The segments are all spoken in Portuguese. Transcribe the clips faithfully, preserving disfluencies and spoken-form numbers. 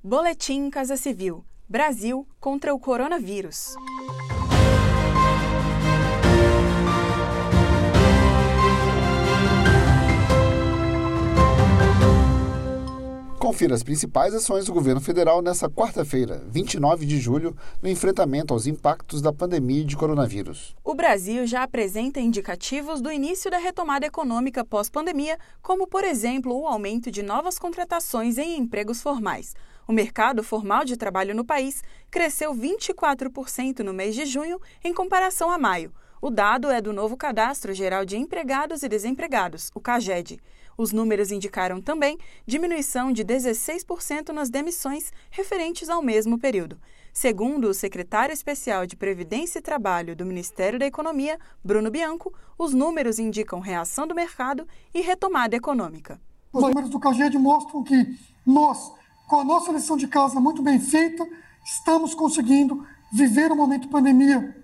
Boletim Casa Civil. Brasil contra o coronavírus. Confira as principais ações do governo federal nesta quarta-feira, vinte e nove de julho, no enfrentamento aos impactos da pandemia de coronavírus. O Brasil já apresenta indicativos do início da retomada econômica pós-pandemia, como, por exemplo, o aumento de novas contratações em empregos formais. O mercado formal de trabalho no país cresceu vinte e quatro por cento no mês de junho em comparação a maio. O dado é do novo Cadastro Geral de Empregados e Desempregados, o CAGED. Os números indicaram também diminuição de dezesseis por cento nas demissões referentes ao mesmo período. Segundo o secretário especial de Previdência e Trabalho do Ministério da Economia, Bruno Bianco, os números indicam reação do mercado e retomada econômica. Os números do CAGED mostram que nós, com a nossa lição de casa muito bem feita, estamos conseguindo viver o momento de pandemia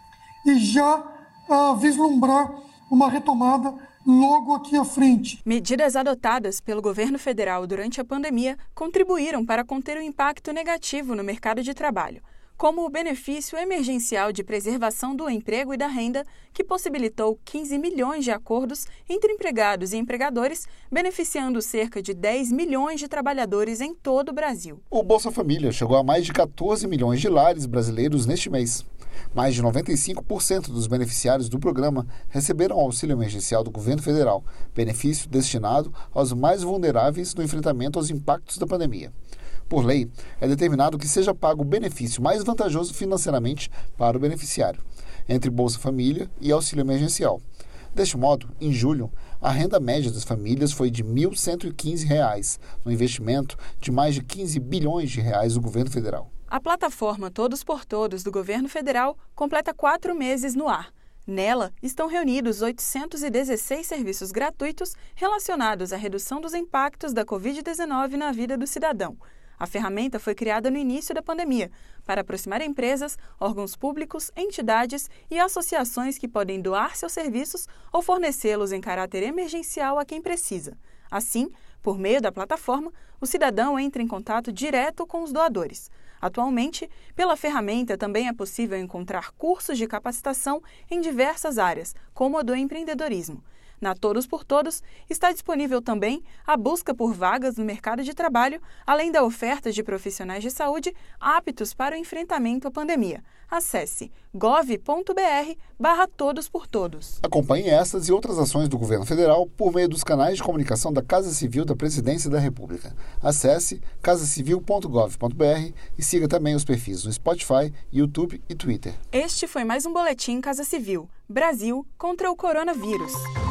e já uh, vislumbrar uma retomada logo aqui à frente. Medidas adotadas pelo governo federal durante a pandemia contribuíram para conter o impacto negativo no mercado de trabalho, como o benefício emergencial de preservação do emprego e da renda, que possibilitou quinze milhões de acordos entre empregados e empregadores, beneficiando cerca de dez milhões de trabalhadores em todo o Brasil. O Bolsa Família chegou a mais de quatorze milhões de lares brasileiros neste mês. Mais de noventa e cinco por cento dos beneficiários do programa receberam o auxílio emergencial do governo federal, benefício destinado aos mais vulneráveis no enfrentamento aos impactos da pandemia. Por lei, é determinado que seja pago o benefício mais vantajoso financeiramente para o beneficiário, entre Bolsa Família e auxílio emergencial. Deste modo, em julho, a renda média das famílias foi de mil cento e quinze reais, no investimento de mais de quinze bilhões de reais do governo federal. A plataforma Todos por Todos do governo federal completa quatro meses no ar. Nela estão reunidos oitocentos e dezesseis serviços gratuitos relacionados à redução dos impactos da covid dezenove na vida do cidadão. A ferramenta foi criada no início da pandemia para aproximar empresas, órgãos públicos, entidades e associações que podem doar seus serviços ou fornecê-los em caráter emergencial a quem precisa. Assim, por meio da plataforma, o cidadão entra em contato direto com os doadores. Atualmente, pela ferramenta também é possível encontrar cursos de capacitação em diversas áreas, como a do empreendedorismo. Na Todos por Todos está disponível também a busca por vagas no mercado de trabalho, além da oferta de profissionais de saúde aptos para o enfrentamento à pandemia. Acesse gov ponto br barra Todos por Todos. Acompanhe essas e outras ações do governo federal por meio dos canais de comunicação da Casa Civil da Presidência da República. Acesse casa civil ponto gov ponto br e siga também os perfis no Spotify, YouTube e Twitter. Este foi mais um Boletim Casa Civil. Brasil contra o coronavírus.